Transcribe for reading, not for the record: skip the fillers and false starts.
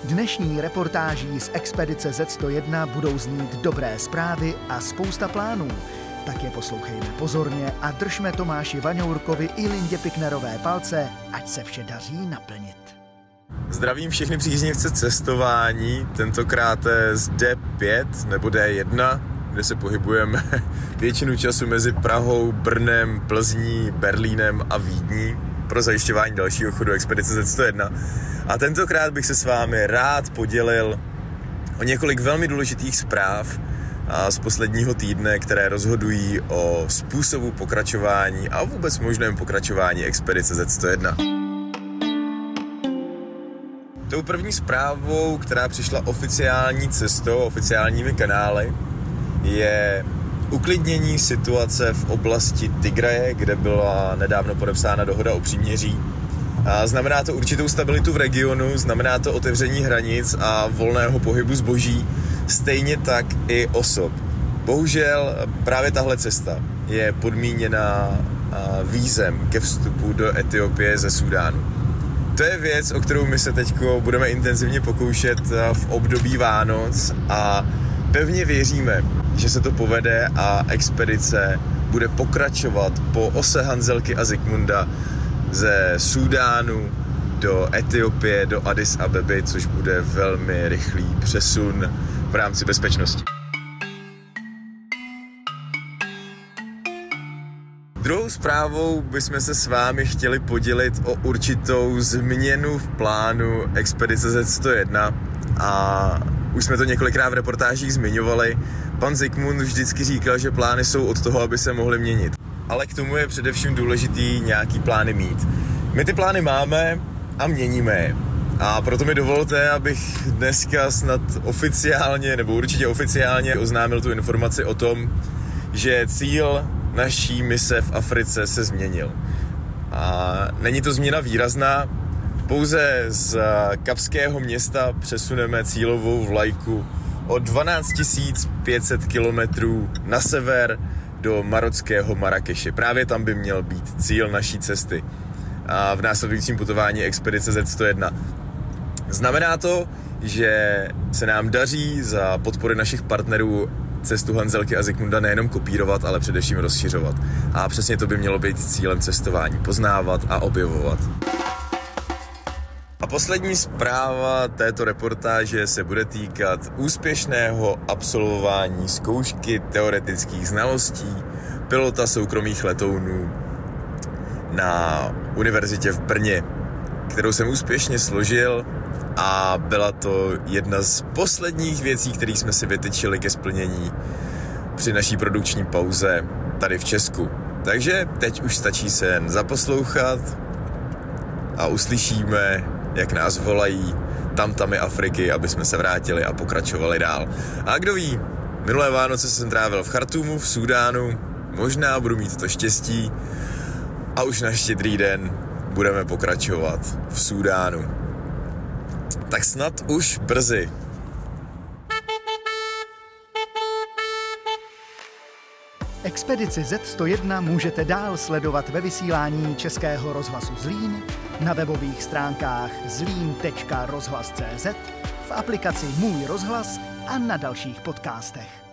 Dnešní reportáží z expedice Z101 budou znít dobré zprávy a spousta plánů. Tak je poslouchejme pozorně a držme Tomáši Vaňourkovi i Lindě Piknerové palce, ať se vše daří naplnit. Zdravím všechny příznivce cestování, tentokrát z D5 nebo D1, kde se pohybujeme většinu času mezi Prahou, Brnem, Plzní, Berlínem a Vídní pro zajišťování dalšího chodu expedice Z101. A tentokrát bych se s vámi rád podělil o několik velmi důležitých zpráv z posledního týdne, které rozhodují o způsobu pokračování a vůbec možném pokračování expedice Z101. Tou první zprávou, která přišla oficiální cestou, oficiálními kanály, je uklidnění situace v oblasti Tigraje, kde byla nedávno podepsána dohoda o příměří. A znamená to určitou stabilitu v regionu, znamená to otevření hranic a volného pohybu zboží, stejně tak i osob. Bohužel právě tahle cesta je podmíněna vízem ke vstupu do Etiopie ze Súdánu. To je věc, o kterou my se teď budeme intenzivně pokoušet v období Vánoc a pevně věříme, že se to povede a expedice bude pokračovat po ose Hanzelky a Zikmunda ze Súdánu do Etiopie, do Addis Abeby, což bude velmi rychlý přesun v rámci bezpečnosti. Druhou zprávou bychom se s vámi chtěli podělit o určitou změnu v plánu expedice Z101 a už jsme to několikrát v reportážích zmiňovali. Pan Zikmund vždycky říkal, že plány jsou od toho, aby se mohly měnit. Ale k tomu je především důležitý nějaký plány mít. My ty plány máme a měníme je. A proto mi dovolte, abych dneska snad oficiálně, nebo určitě oficiálně oznámil tu informaci o tom, že cíl naší mise v Africe se změnil. A není to změna výrazná, pouze z Kapského města přesuneme cílovou vlajku o 12 500 kilometrů na sever do marockého Marrakeše. Právě tam by měl být cíl naší cesty a v následujícím putování expedice Z101. Znamená to, že se nám daří za podpory našich partnerů cestu Hanzelky a Zikmunda nejenom kopírovat, ale především rozšiřovat. A přesně to by mělo být cílem cestování. Poznávat a objevovat. A poslední zpráva této reportáže se bude týkat úspěšného absolvování zkoušky teoretických znalostí pilota soukromých letounů na univerzitě v Brně, kterou jsem úspěšně složil a byla to jedna z posledních věcí, které jsme si vytyčili ke splnění při naší produkční pauze tady v Česku. Takže teď už stačí se jen zaposlouchat a uslyšíme, jak nás volají tamtamy Afriky, aby jsme se vrátili a pokračovali dál. A kdo ví, minulé Vánoce jsem trávil v Chartúmu, v Súdánu, možná budu mít to štěstí a už na Štědrý den budeme pokračovat v Súdánu. Tak snad už brzy. Expedici Z101 můžete dál sledovat ve vysílání Českého rozhlasu Zlín, na webových stránkách zlin.rozhlas.cz, v aplikaci Můj rozhlas a na dalších podcastech.